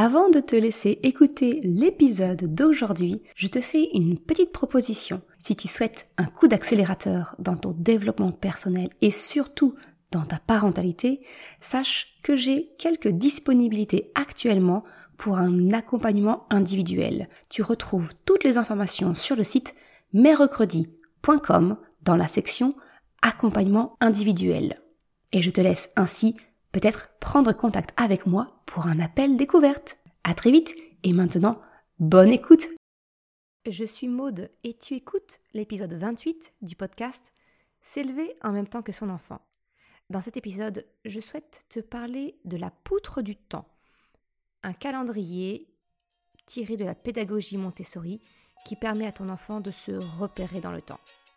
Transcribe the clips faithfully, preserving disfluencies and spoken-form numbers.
Avant de te laisser écouter l'épisode d'aujourd'hui, je te fais une petite proposition. Si tu souhaites un coup d'accélérateur dans ton développement personnel et surtout dans ta parentalité, sache que j'ai quelques disponibilités actuellement pour un accompagnement individuel. Tu retrouves toutes les informations sur le site merrecredi point com dans la section accompagnement individuel. Et je te laisse ainsi peut-être prendre contact avec moi pour un appel découverte. À très vite et maintenant, bonne écoute. Je suis Maude et tu écoutes l'épisode vingt-huit du podcast S'élever en même temps que son enfant. Dans cet épisode, je souhaite te parler de la poutre du temps, un calendrier tiré de la pédagogie Montessori qui permet à ton enfant de se repérer dans le temps.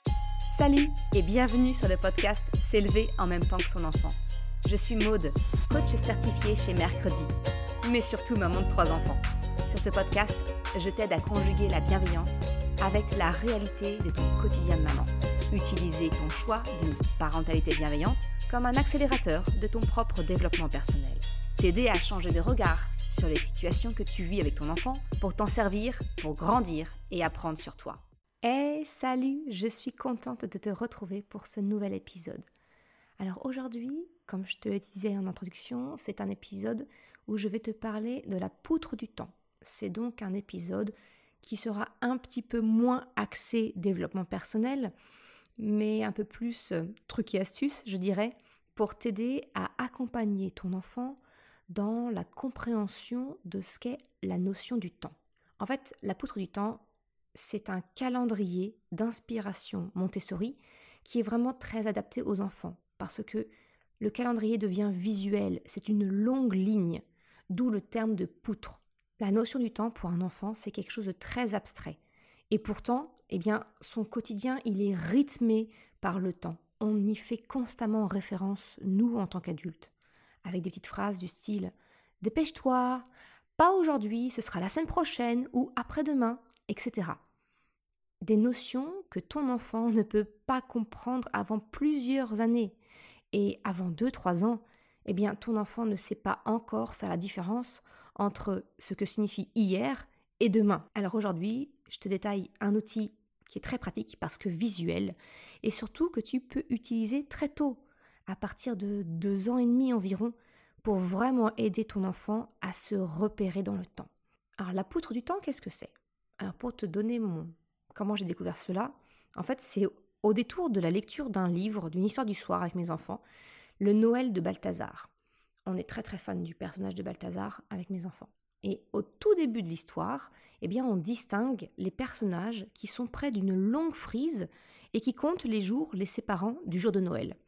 Salut et bienvenue sur le podcast S'élever en même temps que son enfant. Je suis Maude, coach certifiée chez Mercredi, mais surtout maman de trois enfants. Sur ce podcast, je t'aide à conjuguer la bienveillance avec la réalité de ton quotidien de maman. Utiliser ton choix d'une parentalité bienveillante comme un accélérateur de ton propre développement personnel. T'aider à changer de regard sur les situations que tu vis avec ton enfant pour t'en servir, pour grandir et apprendre sur toi. Hey, salut, je suis contente de te retrouver pour ce nouvel épisode. Alors aujourd'hui, comme je te le disais en introduction, c'est un épisode où je vais te parler de la poutre du temps. C'est donc un épisode qui sera un petit peu moins axé développement personnel, mais un peu plus euh, trucs et astuces, je dirais, pour t'aider à accompagner ton enfant dans la compréhension de ce qu'est la notion du temps. En fait, la poutre du temps, c'est un calendrier d'inspiration Montessori qui est vraiment très adapté aux enfants. Parce que le calendrier devient visuel, c'est une longue ligne, d'où le terme de poutre. La notion du temps pour un enfant, c'est quelque chose de très abstrait. Et pourtant, eh bien, son quotidien, il est rythmé par le temps. On y fait constamment référence, nous, en tant qu'adultes, avec des petites phrases du style « Dépêche-toi »,« Pas aujourd'hui, ce sera la semaine prochaine » ou « Après-demain », et cetera. Des notions que ton enfant ne peut pas comprendre avant plusieurs années. Et avant deux trois ans, eh bien, ton enfant ne sait pas encore faire la différence entre ce que signifie hier et demain. Alors aujourd'hui, je te détaille un outil qui est très pratique parce que visuel et surtout que tu peux utiliser très tôt, à partir de deux ans et demi environ, pour vraiment aider ton enfant à se repérer dans le temps. Alors la poutre du temps, qu'est-ce que c'est ? Alors pour te donner mon comment j'ai découvert cela, en fait c'est au détour de la lecture d'un livre, d'une histoire du soir avec mes enfants, le Noël de Balthazar. On est très très fan du personnage de Balthazar avec mes enfants. Et au tout début de l'histoire, eh bien on distingue les personnages qui sont près d'une longue frise et qui comptent les jours les séparant du jour de Noël.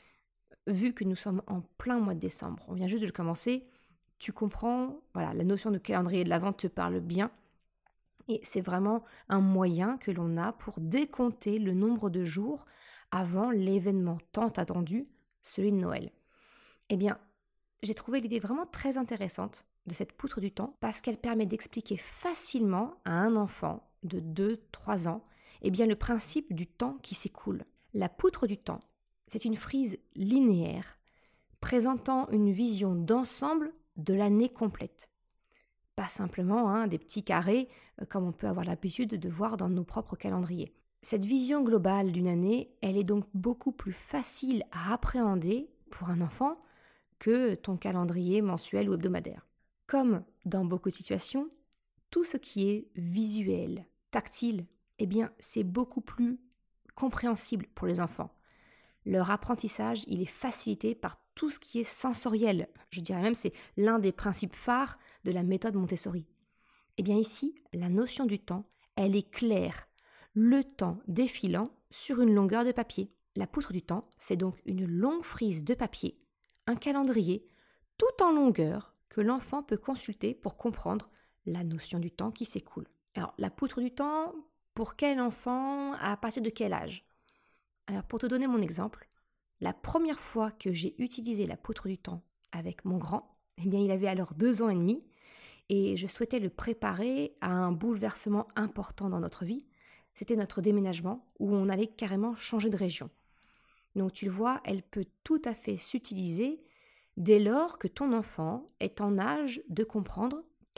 Vu que nous sommes en plein mois de décembre, on vient juste de le commencer, tu comprends, voilà, la notion de calendrier de l'Avent te parle bien. Et c'est vraiment un moyen que l'on a pour décompter le nombre de jours avant l'événement tant attendu, celui de Noël. Eh bien, j'ai trouvé l'idée vraiment très intéressante de cette poutre du temps parce qu'elle permet d'expliquer facilement à un enfant de deux trois ans eh bien, le principe du temps qui s'écoule. La poutre du temps, c'est une frise linéaire présentant une vision d'ensemble de l'année complète. Pas simplement hein, des petits carrés euh, comme on peut avoir l'habitude de voir dans nos propres calendriers. Cette vision globale d'une année, elle est donc beaucoup plus facile à appréhender pour un enfant que ton calendrier mensuel ou hebdomadaire. Comme dans beaucoup de situations, tout ce qui est visuel, tactile, eh bien c'est beaucoup plus compréhensible pour les enfants. Leur apprentissage, il est facilité par tout ce qui est sensoriel. Je dirais même c'est l'un des principes phares de la méthode Montessori. Eh bien ici, la notion du temps, elle est claire. Le temps défilant sur une longueur de papier. La poutre du temps, c'est donc une longue frise de papier, un calendrier, tout en longueur, que l'enfant peut consulter pour comprendre la notion du temps qui s'écoule. Alors, la poutre du temps, pour quel enfant, à partir de quel âge ? Alors, pour te donner mon exemple, la première fois que j'ai utilisé la poutre du temps avec mon grand, eh bien, il avait alors deux ans et demi et je souhaitais le préparer à un bouleversement important dans notre vie. C'était notre déménagement où on allait carrément changer de région. Donc, tu le vois, elle peut tout à fait s'utiliser dès lors que ton enfant est en âge de comprendre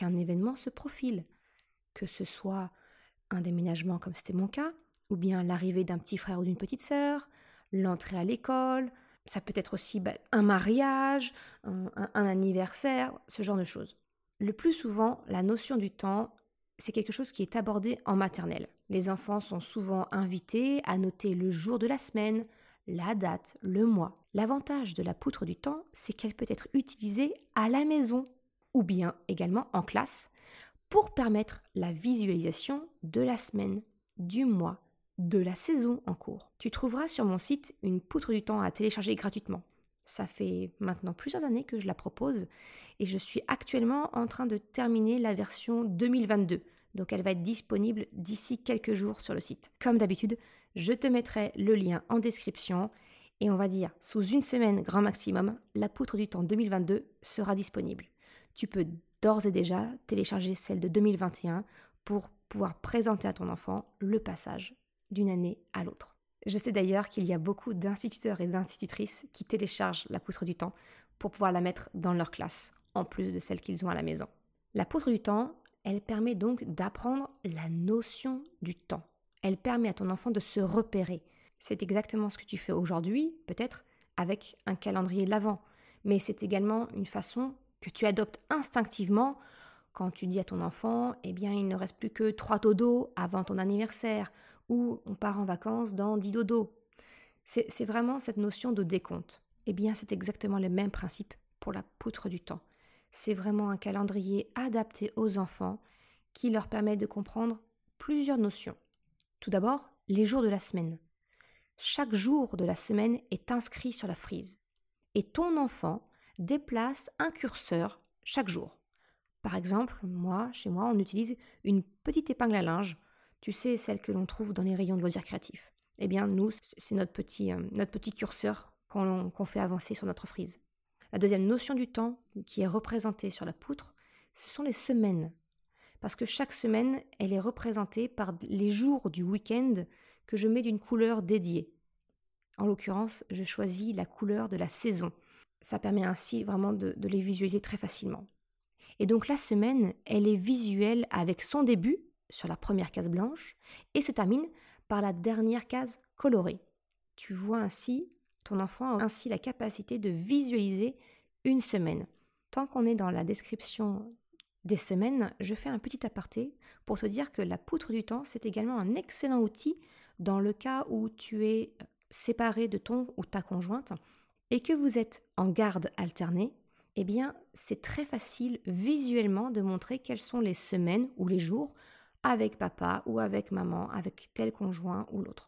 qu'un événement se profile, que ce soit un déménagement comme c'était mon cas, ou bien l'arrivée d'un petit frère ou d'une petite sœur, l'entrée à l'école, ça peut être aussi bah, un mariage, un, un, un anniversaire, ce genre de choses. Le plus souvent, la notion du temps, c'est quelque chose qui est abordé en maternelle. Les enfants sont souvent invités à noter le jour de la semaine, la date, le mois. L'avantage de la poutre du temps, c'est qu'elle peut être utilisée à la maison ou bien également en classe pour permettre la visualisation de la semaine, du mois, de la saison en cours. Tu trouveras sur mon site une poutre du temps à télécharger gratuitement. Ça fait maintenant plusieurs années que je la propose et je suis actuellement en train de terminer la version deux mille vingt-deux. Donc elle va être disponible d'ici quelques jours sur le site. Comme d'habitude, je te mettrai le lien en description et on va dire sous une semaine grand maximum, la poutre du temps deux mille vingt-deux sera disponible. Tu peux d'ores et déjà télécharger celle de deux mille vingt et un pour pouvoir présenter à ton enfant le passage d'une année à l'autre. Je sais d'ailleurs qu'il y a beaucoup d'instituteurs et d'institutrices qui téléchargent la poutre du temps pour pouvoir la mettre dans leur classe, en plus de celle qu'ils ont à la maison. La poutre du temps, elle permet donc d'apprendre la notion du temps. Elle permet à ton enfant de se repérer. C'est exactement ce que tu fais aujourd'hui, peut-être avec un calendrier de l'Avent, mais c'est également une façon que tu adoptes instinctivement quand tu dis à ton enfant, eh bien, il ne reste plus que trois dodos avant ton anniversaire, ou on part en vacances dans dix dodos. C'est, c'est vraiment cette notion de décompte. Eh bien, c'est exactement le même principe pour la poutre du temps. C'est vraiment un calendrier adapté aux enfants qui leur permet de comprendre plusieurs notions. Tout d'abord, les jours de la semaine. Chaque jour de la semaine est inscrit sur la frise. Et ton enfant déplace un curseur chaque jour. Par exemple, moi, chez moi, on utilise une petite épingle à linge, tu sais, celle que l'on trouve dans les rayons de loisirs créatifs. Eh bien, nous, c'est notre petit, euh, notre petit curseur qu'on, qu'on fait avancer sur notre frise. La deuxième notion du temps qui est représentée sur la poutre, ce sont les semaines. Parce que chaque semaine, elle est représentée par les jours du week-end que je mets d'une couleur dédiée. En l'occurrence, je choisis la couleur de la saison. Ça permet ainsi vraiment de, de les visualiser très facilement. Et donc la semaine, elle est visuelle avec son début sur la première case blanche et se termine par la dernière case colorée. Tu vois ainsi, ton enfant a ainsi la capacité de visualiser une semaine. Tant qu'on est dans la description des semaines, je fais un petit aparté pour te dire que la poutre du temps, c'est également un excellent outil dans le cas où tu es séparé de ton ou ta conjointe et que vous êtes en garde alternée. Eh bien, c'est très facile visuellement de montrer quelles sont les semaines ou les jours avec papa ou avec maman, avec tel conjoint ou l'autre.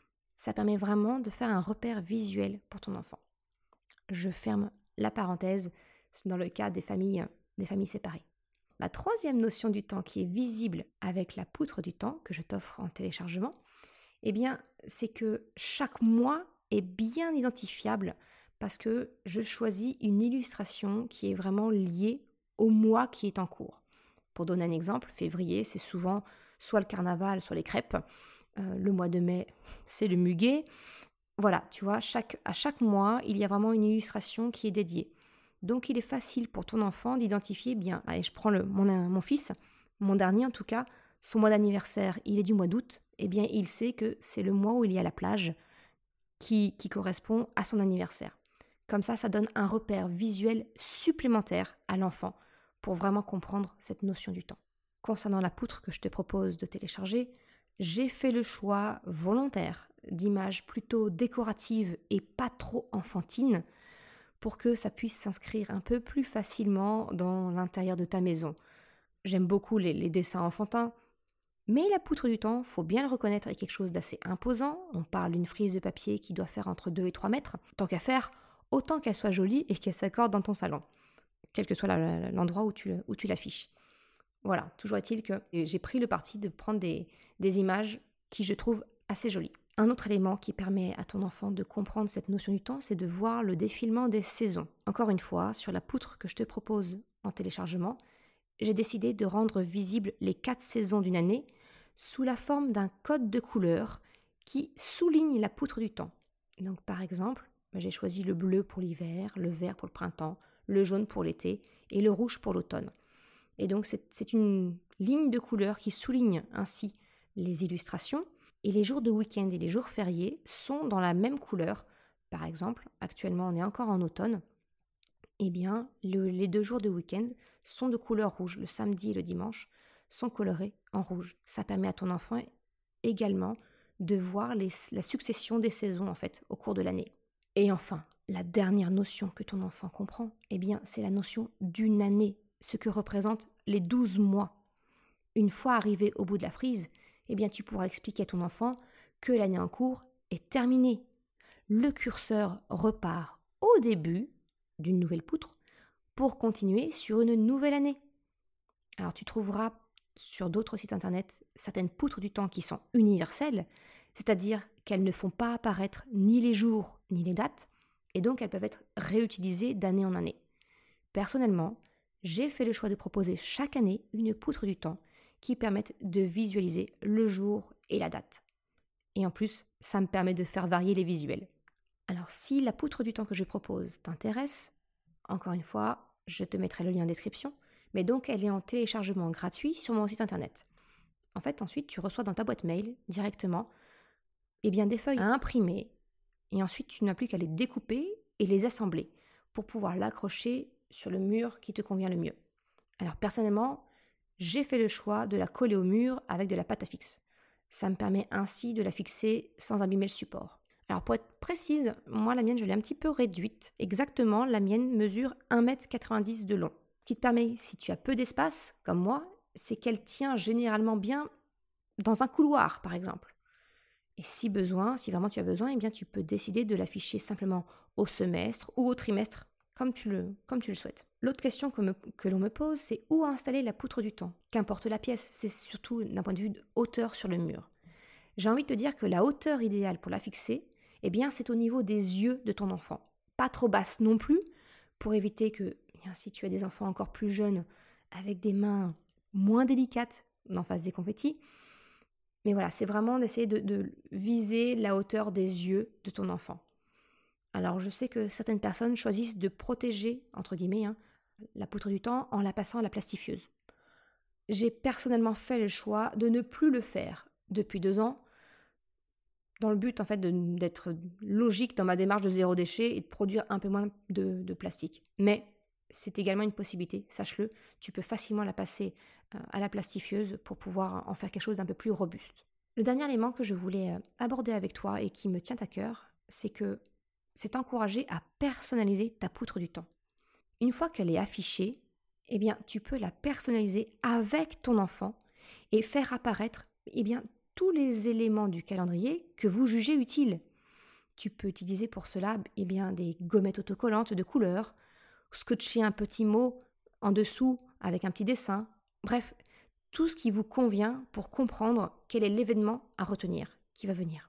Ça permet vraiment de faire un repère visuel pour ton enfant. Je ferme la parenthèse dans le cas des familles, des familles séparées. La troisième notion du temps qui est visible avec la poutre du temps que je t'offre en téléchargement, eh bien, c'est que chaque mois est bien identifiable parce que je choisis une illustration qui est vraiment liée au mois qui est en cours. Pour donner un exemple, février, c'est souvent soit le carnaval, soit les crêpes. Euh, le mois de mai, c'est le muguet. Voilà, tu vois, chaque, à chaque mois, il y a vraiment une illustration qui est dédiée. Donc, il est facile pour ton enfant d'identifier bien. Allez, je prends le, mon, mon fils, mon dernier en tout cas, son mois d'anniversaire, il est du mois d'août. Eh bien, il sait que c'est le mois où il y a la plage qui, qui correspond à son anniversaire. Comme ça, ça donne un repère visuel supplémentaire à l'enfant pour vraiment comprendre cette notion du temps. Concernant la poutre que je te propose de télécharger, j'ai fait le choix volontaire d'images plutôt décoratives et pas trop enfantines pour que ça puisse s'inscrire un peu plus facilement dans l'intérieur de ta maison. J'aime beaucoup les, les dessins enfantins, mais la poutre du temps, faut bien le reconnaître, est quelque chose d'assez imposant. On parle d'une frise de papier qui doit faire entre deux et trois mètres. Tant qu'à faire, autant qu'elle soit jolie et qu'elle s'accorde dans ton salon, quel que soit la, l'endroit où tu, où tu l'affiches. Voilà, toujours est-il que j'ai pris le parti de prendre des, des images qui je trouve assez jolies. Un autre élément qui permet à ton enfant de comprendre cette notion du temps, c'est de voir le défilement des saisons. Encore une fois, sur la poutre que je te propose en téléchargement, j'ai décidé de rendre visibles les quatre saisons d'une année sous la forme d'un code de couleurs qui souligne la poutre du temps. Donc par exemple, j'ai choisi le bleu pour l'hiver, le vert pour le printemps, le jaune pour l'été et le rouge pour l'automne. Et donc, c'est, c'est une ligne de couleur qui souligne ainsi les illustrations. Et les jours de week-end et les jours fériés sont dans la même couleur. Par exemple, actuellement, on est encore en automne. Eh bien, le, les deux jours de week-end sont de couleur rouge. Le samedi et le dimanche sont colorés en rouge. Ça permet à ton enfant également de voir les, la succession des saisons, en fait, au cours de l'année. Et enfin, la dernière notion que ton enfant comprend, eh bien, c'est la notion d'une année, ce que représentent les douze mois. Une fois arrivé au bout de la frise, eh bien, tu pourras expliquer à ton enfant que l'année en cours est terminée. Le curseur repart au début d'une nouvelle poutre pour continuer sur une nouvelle année. Alors, tu trouveras sur d'autres sites internet certaines poutres du temps qui sont universelles, c'est-à-dire qu'elles ne font pas apparaître ni les jours ni les dates, et donc elles peuvent être réutilisées d'année en année. Personnellement, j'ai fait le choix de proposer chaque année une poutre du temps qui permette de visualiser le jour et la date. Et en plus, ça me permet de faire varier les visuels. Alors si la poutre du temps que je propose t'intéresse, encore une fois, je te mettrai le lien en description, mais donc elle est en téléchargement gratuit sur mon site internet. En fait, ensuite, tu reçois dans ta boîte mail directement eh bien, des feuilles à imprimer, et ensuite tu n'as plus qu'à les découper et les assembler pour pouvoir l'accrocher sur le mur qui te convient le mieux. Alors personnellement, j'ai fait le choix de la coller au mur avec de la pâte à fixe. Ça me permet ainsi de la fixer sans abîmer le support. Alors pour être précise, moi la mienne je l'ai un petit peu réduite. Exactement, la mienne mesure un mètre quatre-vingt-dix de long. Ce qui te permet, si tu as peu d'espace, comme moi, c'est qu'elle tient généralement bien dans un couloir par exemple. Et si besoin, si vraiment tu as besoin, eh bien tu peux décider de l'afficher simplement au semestre ou au trimestre, comme tu le, comme tu le souhaites. L'autre question que, me, que l'on me pose, c'est où installer la poutre du temps. Qu'importe la pièce, c'est surtout d'un point de vue de hauteur sur le mur. J'ai envie de te dire que la hauteur idéale pour la fixer, eh bien c'est au niveau des yeux de ton enfant. Pas trop basse non plus, pour éviter que, eh bien, si tu as des enfants encore plus jeunes, avec des mains moins délicates, n'en fassent des confettis. Mais voilà, c'est vraiment d'essayer de, de viser la hauteur des yeux de ton enfant. Alors je sais que certaines personnes choisissent de protéger, entre guillemets, hein, la poutre du temps en la passant à la plastifieuse. J'ai personnellement fait le choix de ne plus le faire depuis deux ans, dans le but en fait de, d'être logique dans ma démarche de zéro déchet et de produire un peu moins de, de plastique. Mais c'est également une possibilité, sache-le, tu peux facilement la passer à la plastifieuse pour pouvoir en faire quelque chose d'un peu plus robuste. Le dernier élément que je voulais aborder avec toi et qui me tient à cœur, c'est que c'est encourager à personnaliser ta poutre du temps. Une fois qu'elle est affichée, eh bien, tu peux la personnaliser avec ton enfant et faire apparaître eh bien, tous les éléments du calendrier que vous jugez utiles. Tu peux utiliser pour cela eh bien, des gommettes autocollantes de couleur, scotcher un petit mot en dessous avec un petit dessin. Bref, tout ce qui vous convient pour comprendre quel est l'événement à retenir qui va venir.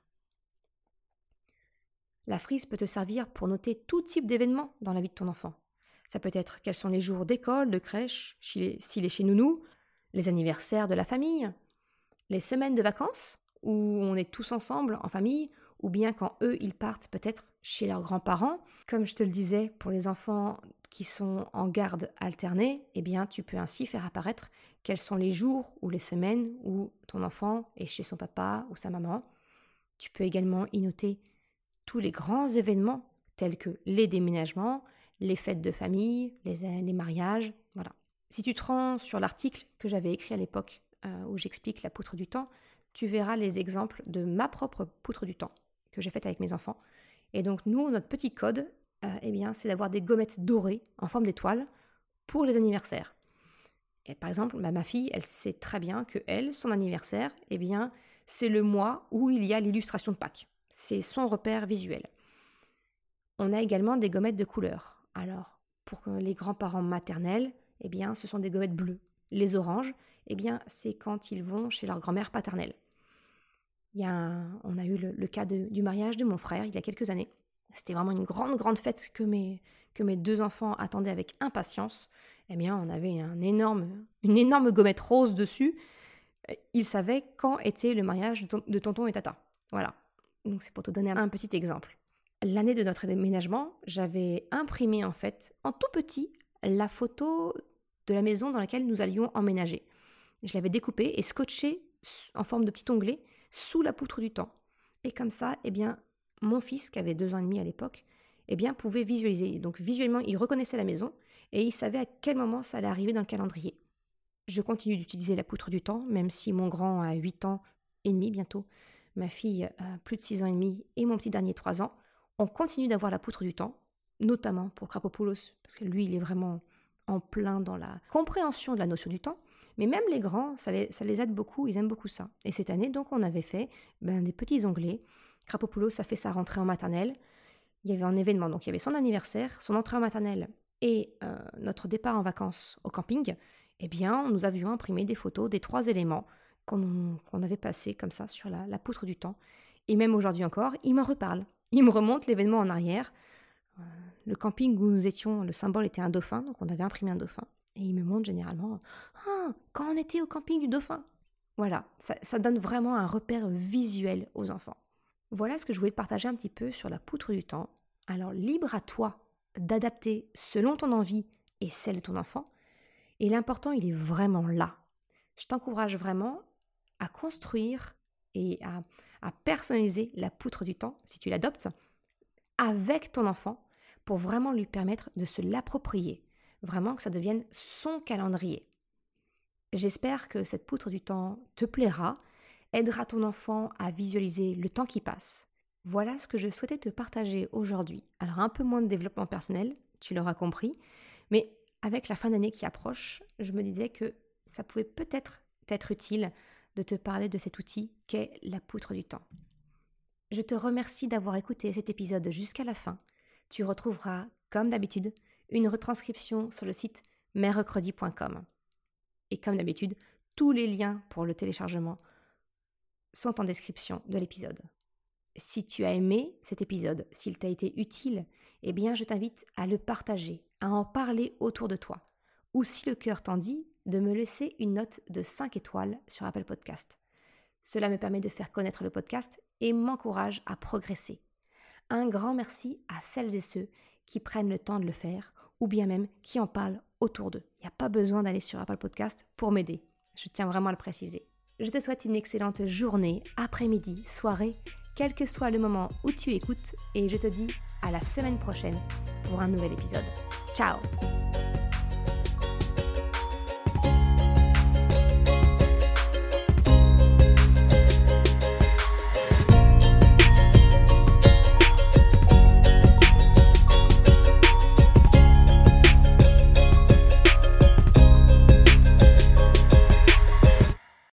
La frise peut te servir pour noter tout type d'événements dans la vie de ton enfant. Ça peut être quels sont les jours d'école, de crèche, s'il est chez nounou, les anniversaires de la famille, les semaines de vacances où on est tous ensemble en famille, ou bien quand eux, ils partent peut-être chez leurs grands-parents. Comme je te le disais, pour les enfants qui sont en garde alternée, eh bien, tu peux ainsi faire apparaître quels sont les jours ou les semaines où ton enfant est chez son papa ou sa maman. Tu peux également y noter tous les grands événements tels que les déménagements, les fêtes de famille, les, les mariages, voilà. Si tu te rends sur l'article que j'avais écrit à l'époque euh, où j'explique la poutre du temps, tu verras les exemples de ma propre poutre du temps que j'ai faite avec mes enfants. Et donc nous, notre petit code, euh, eh bien, c'est d'avoir des gommettes dorées en forme d'étoile pour les anniversaires. Et par exemple, bah, ma fille, elle sait très bien que elle, son anniversaire, eh bien, c'est le mois où il y a l'illustration de Pâques. C'est son repère visuel. On a également des gommettes de couleur. Alors, pour les grands-parents maternels, eh bien, ce sont des gommettes bleues. Les oranges, eh bien, c'est quand ils vont chez leur grand-mère paternelle. Il y a un, on a eu le, le cas de, du mariage de mon frère il y a quelques années. C'était vraiment une grande, grande fête que mes, que mes deux enfants attendaient avec impatience. Eh bien, on avait un énorme, une énorme gommette rose dessus. Ils savaient quand était le mariage de, ton, de tonton et tata. Voilà. Donc, c'est pour te donner un petit exemple. L'année de notre déménagement, j'avais imprimé en fait, en tout petit, la photo de la maison dans laquelle nous allions emménager. Je l'avais découpé et scotché en forme de petit onglet sous la poutre du temps. Et comme ça, eh bien, mon fils, qui avait deux ans et demi à l'époque, eh bien, pouvait visualiser. Donc visuellement, il reconnaissait la maison et il savait à quel moment ça allait arriver dans le calendrier. Je continue d'utiliser la poutre du temps, même si mon grand a huit ans et demi bientôt, ma fille a plus de six ans et demi et mon petit dernier trois ans. On continue d'avoir la poutre du temps, notamment pour Krapopoulos, parce que lui, il est vraiment en plein dans la compréhension de la notion du temps. Mais même les grands, ça les, ça les aide beaucoup, ils aiment beaucoup ça. Et cette année, donc, on avait fait ben, des petits onglets. Krapopoulos a fait sa rentrée en maternelle. Il y avait un événement, donc il y avait son anniversaire, son entrée en maternelle et euh, notre départ en vacances au camping. Eh bien, nous avions imprimé des photos des trois éléments qu'on, qu'on avait passés comme ça sur la, la poutre du temps. Et même aujourd'hui encore, il m'en reparle. Il me remonte l'événement en arrière. Euh, le camping où nous étions, le symbole était un dauphin, donc on avait imprimé un dauphin. Et il me montre généralement « Ah, quand on était au camping du dauphin !» Voilà, ça, ça donne vraiment un repère visuel aux enfants. Voilà ce que je voulais te partager un petit peu sur la poutre du temps. Alors, libre à toi d'adapter selon ton envie et celle de ton enfant. Et l'important, il est vraiment là. Je t'encourage vraiment à construire et à, à personnaliser la poutre du temps, si tu l'adoptes, avec ton enfant pour vraiment lui permettre de se l'approprier. Vraiment que ça devienne son calendrier. J'espère que cette poutre du temps te plaira, aidera ton enfant à visualiser le temps qui passe. Voilà ce que je souhaitais te partager aujourd'hui. Alors un peu moins de développement personnel, tu l'auras compris, mais avec la fin d'année qui approche, je me disais que ça pouvait peut-être t'être utile de te parler de cet outil qu'est la poutre du temps. Je te remercie d'avoir écouté cet épisode jusqu'à la fin. Tu retrouveras, comme d'habitude, une retranscription sur le site merrecredi point com. Et comme d'habitude, tous les liens pour le téléchargement sont en description de l'épisode. Si tu as aimé cet épisode, s'il t'a été utile, eh bien je t'invite à le partager, à en parler autour de toi. Ou si le cœur t'en dit, de me laisser une note de cinq étoiles sur Apple Podcast. Cela me permet de faire connaître le podcast et m'encourage à progresser. Un grand merci à celles et ceux qui prennent le temps de le faire ou bien même qui en parlent autour d'eux. Il n'y a pas besoin d'aller sur Apple Podcast pour m'aider. Je tiens vraiment à le préciser. Je te souhaite une excellente journée, après-midi, soirée, quel que soit le moment où tu écoutes et je te dis à la semaine prochaine pour un nouvel épisode. Ciao!